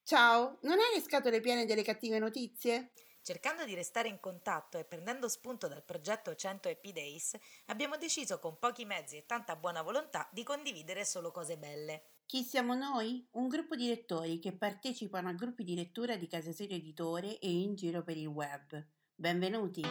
Ciao, non hai le scatole piene delle cattive notizie? Cercando di restare in contatto e prendendo spunto dal progetto 100 Happy Days, abbiamo deciso con pochi mezzi e tanta buona volontà di condividere solo cose belle. Chi siamo noi? Un gruppo di lettori che partecipano a gruppi di lettura di Casa Serio Editore e in giro per il web. Benvenuti!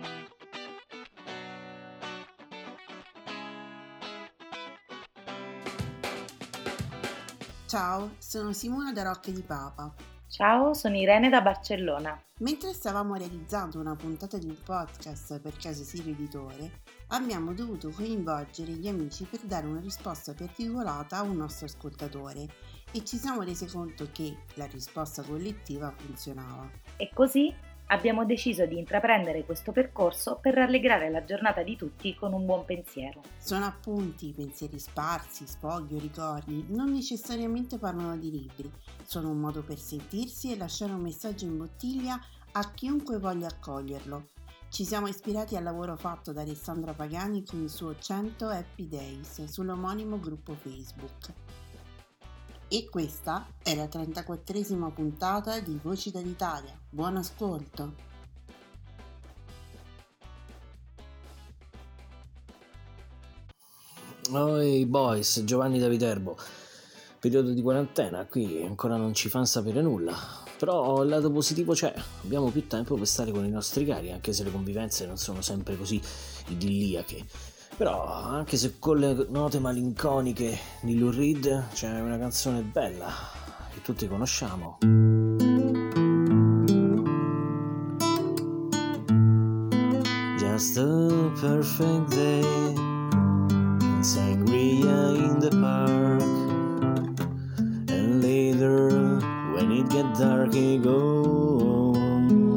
Ciao, sono Simona da Rocche di Papa. Ciao, sono Irene da Barcellona. Mentre stavamo realizzando una puntata di un podcast per Casa Serio Editore, abbiamo dovuto coinvolgere gli amici per dare una risposta più articolata a un nostro ascoltatore e ci siamo resi conto che la risposta collettiva funzionava. E così abbiamo deciso di intraprendere questo percorso per rallegrare la giornata di tutti con un buon pensiero. Sono appunti, pensieri sparsi, sfoghi o ricordi, non necessariamente parlano di libri, sono un modo per sentirsi e lasciare un messaggio in bottiglia a chiunque voglia accoglierlo. Ci siamo ispirati al lavoro fatto da Alessandra Pagani con il suo 100 Happy Days sull'omonimo gruppo Facebook. E questa è la 34esima puntata di Voci dall'Italia. Buon ascolto! Oi boys, Giovanni da Viterbo. Periodo di quarantena, qui ancora non ci fanno sapere nulla. Però il lato positivo c'è, abbiamo più tempo per stare con i nostri cari, anche se le convivenze non sono sempre così idilliache. Però, anche se con le note malinconiche di Lou Reed, c'è una canzone bella che tutti conosciamo. Just a perfect day, sangria in the park, and later when it get dark he go home.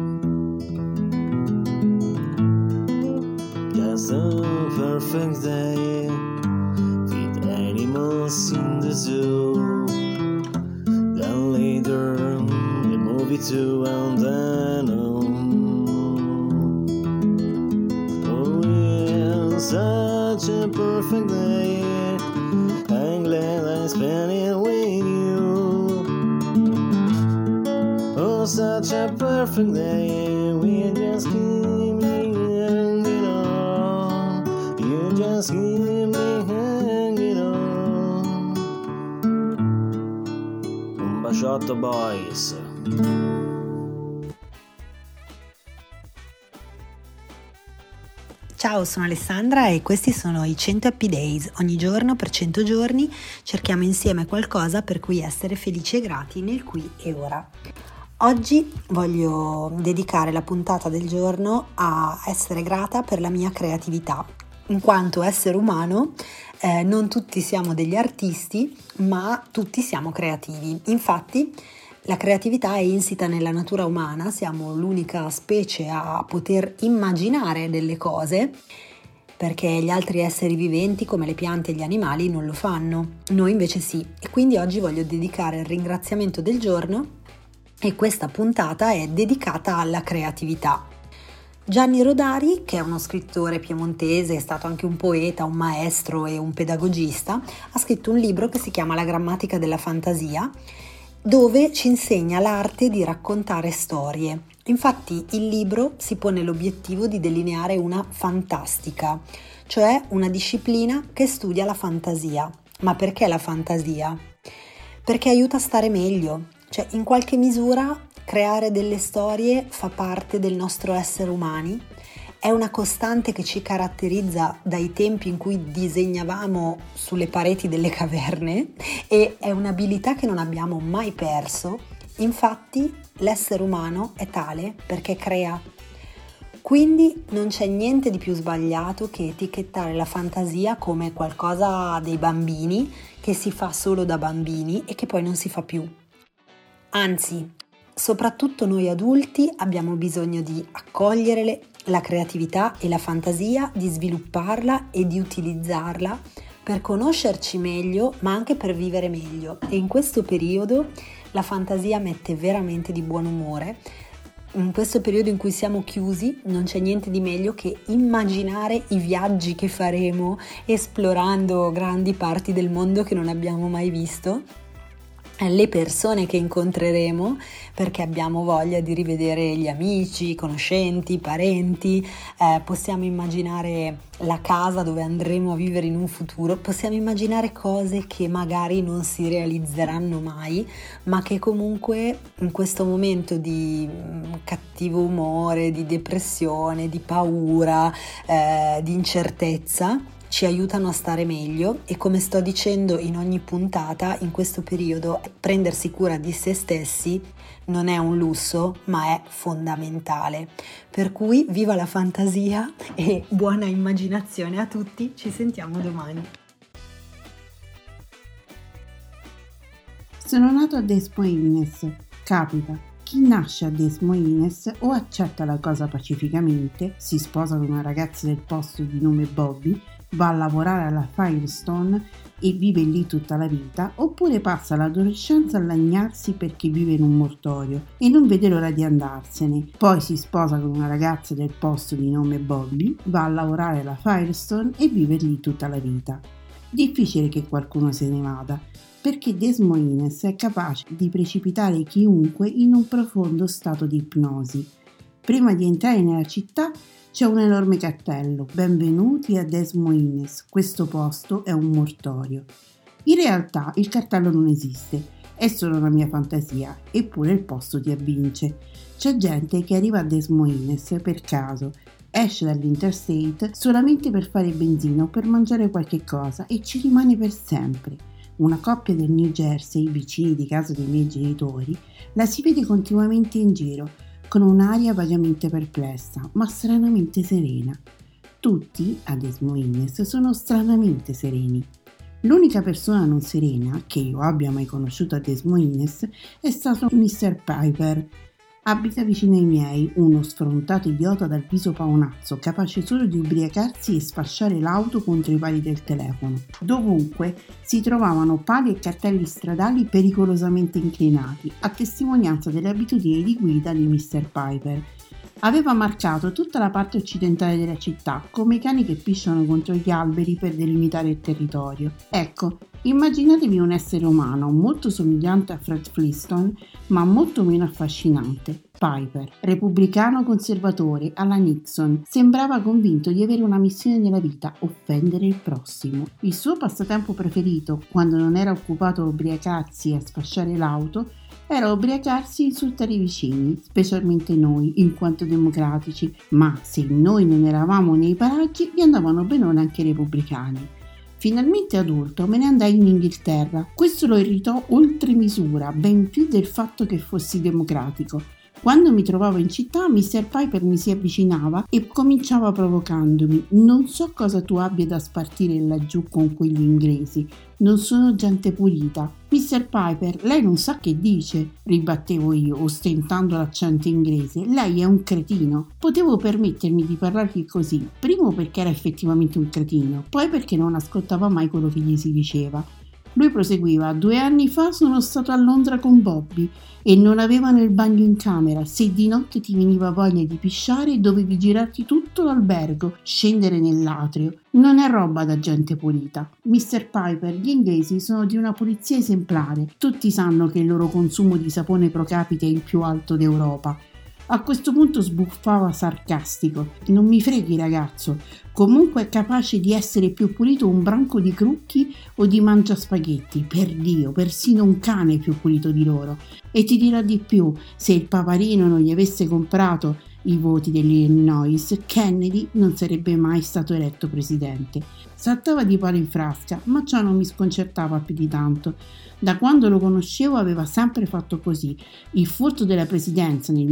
Just a perfect day, feed animals in the zoo, then later the movie too, and then oh yeah, such a perfect day, I'm glad I spent it with you. Oh, such a perfect day, we just keep me hanging on. You just keep me hanging on. Un baciotto boys. Ciao, sono Alessandra e questi sono i 100 Happy Days. Ogni giorno per 100 giorni cerchiamo insieme qualcosa per cui essere felici e grati nel qui e ora. Oggi voglio dedicare la puntata del giorno a essere grata per la mia creatività. In quanto essere umano, non tutti siamo degli artisti, ma tutti siamo creativi. Infatti, la creatività è insita nella natura umana, siamo l'unica specie a poter immaginare delle cose, perché gli altri esseri viventi come le piante e gli animali non lo fanno, noi invece sì. E quindi oggi voglio dedicare il ringraziamento del giorno e questa puntata è dedicata alla creatività. Gianni Rodari, che è uno scrittore piemontese, è stato anche un poeta, un maestro e un pedagogista, ha scritto un libro che si chiama La grammatica della fantasia, dove ci insegna l'arte di raccontare storie. Infatti il libro si pone l'obiettivo di delineare una fantastica, cioè una disciplina che studia la fantasia. Ma perché la fantasia? Perché aiuta a stare meglio, cioè in qualche misura creare delle storie fa parte del nostro essere umani. È una costante che ci caratterizza dai tempi in cui disegnavamo sulle pareti delle caverne e è un'abilità che non abbiamo mai perso. Infatti l'essere umano è tale perché crea. Quindi non c'è niente di più sbagliato che etichettare la fantasia come qualcosa dei bambini, che si fa solo da bambini e che poi non si fa più. Anzi, soprattutto noi adulti abbiamo bisogno di accogliere la creatività e la fantasia, di svilupparla e di utilizzarla per conoscerci meglio, ma anche per vivere meglio. E in questo periodo la fantasia mette veramente di buon umore. In questo periodo in cui siamo chiusi non c'è niente di meglio che immaginare i viaggi che faremo esplorando grandi parti del mondo che non abbiamo mai visto. le persone che incontreremo, perché abbiamo voglia di rivedere gli amici, i conoscenti, i parenti, possiamo immaginare la casa dove andremo a vivere in un futuro, possiamo immaginare cose che magari non si realizzeranno mai, ma che comunque in questo momento di cattivo umore, di depressione, di paura, di incertezza, ci aiutano a stare meglio. E come sto dicendo in ogni puntata, in questo periodo prendersi cura di se stessi non è un lusso, ma è fondamentale. Per cui viva la fantasia e buona immaginazione a tutti, ci sentiamo domani. Sono nato a Des Moines. Capita. Chi nasce a Des Moines o accetta la cosa pacificamente, si sposa con una ragazza del posto di nome Bobby, va a lavorare alla Firestone e vive lì tutta la vita, oppure passa l'adolescenza a lagnarsi perché vive in un mortorio e non vede l'ora di andarsene. Poi si sposa con una ragazza del posto di nome Bobby, va a lavorare alla Firestone e vive lì tutta la vita. Difficile che qualcuno se ne vada, perché Des Moines è capace di precipitare chiunque in un profondo stato di ipnosi. Prima di entrare nella città c'è un enorme cartello: benvenuti a Des Moines, questo posto è un mortorio. In realtà il cartello non esiste, è solo una mia fantasia, eppure il posto ti avvince. C'è gente che arriva a Des Moines per caso, esce dall'Interstate solamente per fare benzina o per mangiare qualche cosa e ci rimane per sempre. Una coppia del New Jersey, vicini di casa dei miei genitori, la si vede continuamente in giro, con un'aria vagamente perplessa, ma stranamente serena. Tutti a Des Moines sono stranamente sereni. L'unica persona non serena che io abbia mai conosciuto a Des Moines è stato Mr. Piper. Abita vicino ai miei, uno sfrontato idiota dal viso paonazzo, capace solo di ubriacarsi e sfasciare l'auto contro i pali del telefono. Dovunque si trovavano pali e cartelli stradali pericolosamente inclinati, a testimonianza delle abitudini di guida di Mr. Piper. Aveva marcato tutta la parte occidentale della città, come i cani che pisciano contro gli alberi per delimitare il territorio. Ecco, immaginatevi un essere umano molto somigliante a Fred Flintstone, ma molto meno affascinante. Piper, repubblicano conservatore alla Nixon, sembrava convinto di avere una missione nella vita: offendere il prossimo. Il suo passatempo preferito, quando non era occupato a ubriacarsi e a sfasciare l'auto, era ubriacarsi e insultare i vicini, specialmente noi, in quanto democratici, ma se noi non eravamo nei paraggi, gli andavano benone anche i repubblicani. Finalmente adulto me ne andai in Inghilterra. Questo lo irritò oltre misura, ben più del fatto che fossi democratico. Quando mi trovavo in città, Mr. Piper mi si avvicinava e cominciava provocandomi: non so cosa tu abbia da spartire laggiù con quegli inglesi, non sono gente pulita. Mr. Piper, lei non sa che dice, ribattevo io, ostentando l'accento inglese. Lei è un cretino. Potevo permettermi di parlargli così, primo perché era effettivamente un cretino, poi perché non ascoltava mai quello che gli si diceva. Lui proseguiva: 2 anni fa sono stato a Londra con Bobby e non avevano il bagno in camera. Se di notte ti veniva voglia di pisciare, dovevi girarti tutto l'albergo, scendere nell'atrio. Non è roba da gente pulita. Mr. Piper, gli inglesi sono di una pulizia esemplare. Tutti sanno che il loro consumo di sapone pro capite è il più alto d'Europa. A questo punto sbuffava sarcastico: non mi freghi, ragazzo, comunque è capace di essere più pulito un branco di crucchi o di mangiaspaghetti, per Dio, persino un cane è più pulito di loro. E ti dirò di più: se il paparino non gli avesse comprato i voti dell'Illinois, Kennedy non sarebbe mai stato eletto presidente. Saltava di palo in frasca, ma ciò non mi sconcertava più di tanto. Da quando lo conoscevo aveva sempre fatto così. Il furto della presidenza nel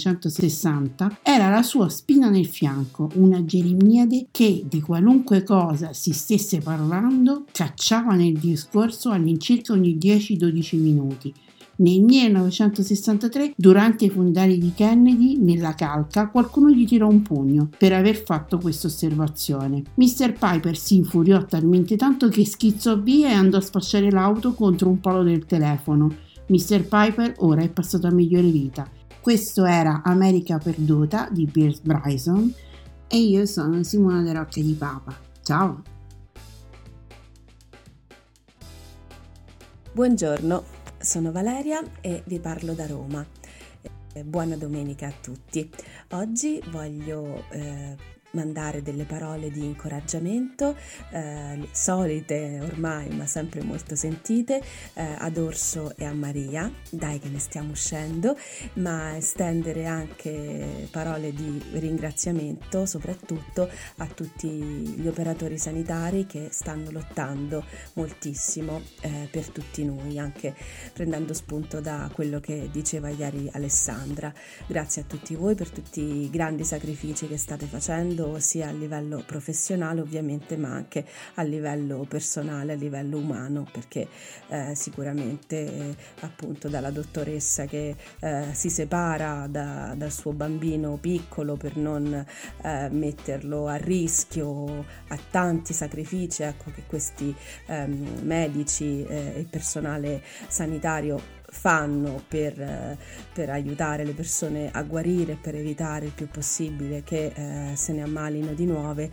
1960 era la sua spina nel fianco, una Geremiade che di qualunque cosa si stesse parlando cacciava nel discorso all'incirca ogni 10-12 minuti. Nel 1963, durante i funerali di Kennedy, nella calca, qualcuno gli tirò un pugno per aver fatto questa osservazione. Mr. Piper si infuriò talmente tanto che schizzò via e andò a sfasciare l'auto contro un palo del telefono. Mr. Piper ora è passato a migliore vita. Questo era America Perduta di Pierce Bryson e io sono Simona De Rocca di Papa. Ciao! Buongiorno. sono Valeria e vi parlo da Roma. Buona domenica a tutti. Oggi voglio mandare delle parole di incoraggiamento, solite ormai ma sempre molto sentite, ad Orso e a Maria, dai che ne stiamo uscendo, ma estendere anche parole di ringraziamento soprattutto a tutti gli operatori sanitari che stanno lottando moltissimo per tutti noi, anche prendendo spunto da quello che diceva ieri Alessandra. Grazie a tutti voi per tutti i grandi sacrifici che state facendo, sia a livello professionale ovviamente, ma anche a livello personale, a livello umano, perché sicuramente appunto dalla dottoressa che si separa dal suo bambino piccolo per non metterlo a rischio, a tanti sacrifici, ecco, che questi medici e personale sanitario fanno per aiutare le persone a guarire, per evitare il più possibile che se ne ammalino di nuove.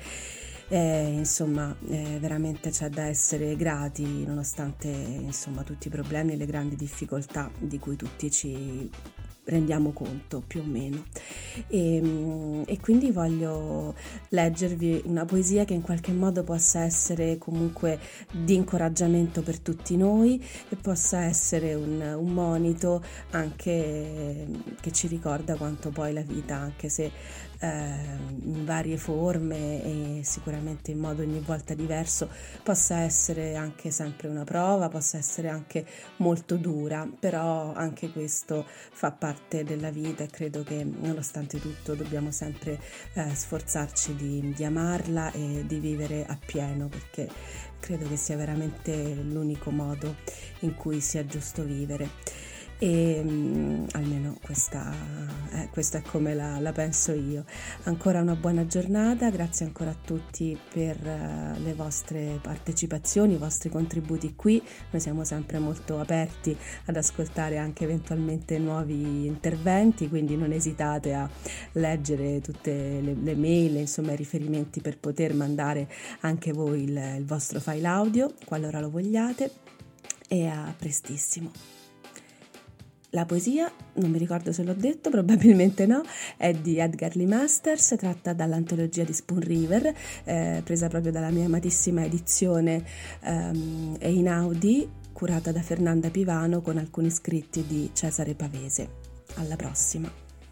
Veramente c'è da essere grati nonostante tutti i problemi e le grandi difficoltà di cui tutti ci rendiamo conto più o meno. E quindi voglio leggervi una poesia che in qualche modo possa essere comunque di incoraggiamento per tutti noi e possa essere un monito anche che ci ricorda quanto poi la vita, anche se in varie forme e sicuramente in modo ogni volta diverso, possa essere anche sempre una prova, possa essere anche molto dura, però anche questo fa parte della vita e credo che nonostante tutto dobbiamo sempre sforzarci di amarla e di vivere appieno, perché credo che sia veramente l'unico modo in cui sia giusto vivere. E almeno questa è come la penso io. Ancora una buona giornata, grazie ancora a tutti per le vostre partecipazioni, i vostri contributi qui. Noi siamo sempre molto aperti ad ascoltare anche eventualmente nuovi interventi, quindi non esitate a leggere tutte le mail, insomma i riferimenti per poter mandare anche voi il vostro file audio qualora lo vogliate, e a prestissimo. La poesia, non mi ricordo se l'ho detto, probabilmente no, è di Edgar Lee Masters, tratta dall'antologia di Spoon River, presa proprio dalla mia amatissima edizione Einaudi, curata da Fernanda Pivano con alcuni scritti di Cesare Pavese. Alla prossima.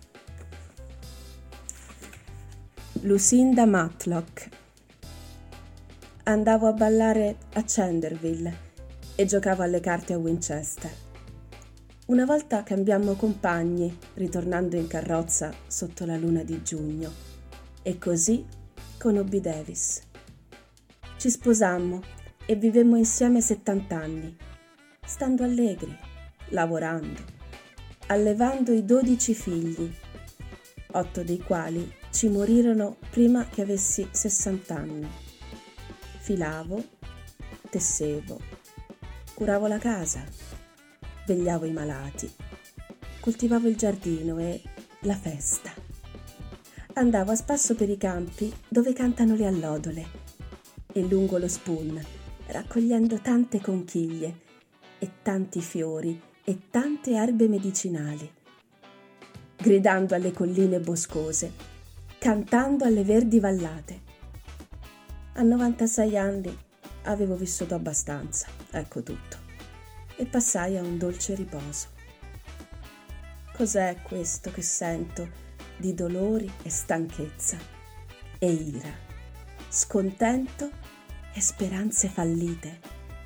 Lucinda Matlock. Andavo a ballare a Chanderville e giocavo alle carte a Winchester. Una volta cambiammo compagni, ritornando in carrozza sotto la luna di giugno, e così conobbi Davis. Ci sposammo e vivemmo insieme 70 anni, stando allegri, lavorando, allevando i 12 figli, 8 dei quali ci morirono prima che avessi 60 anni. Filavo, tessevo, curavo la casa, vegliavo i malati, coltivavo il giardino e la festa. Andavo a spasso per i campi dove cantano le allodole e lungo lo Spoon, raccogliendo tante conchiglie e tanti fiori e tante erbe medicinali, gridando alle colline boscose, cantando alle verdi vallate. A 96 anni avevo vissuto abbastanza, ecco tutto, e passai a un dolce riposo. Cos'è questo che sento di dolori e stanchezza e ira, scontento e speranze fallite?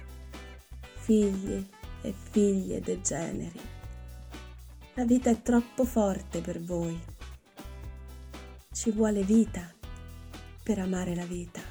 Figli e figlie degeneri, la vita è troppo forte per voi. Ci vuole vita per amare la vita.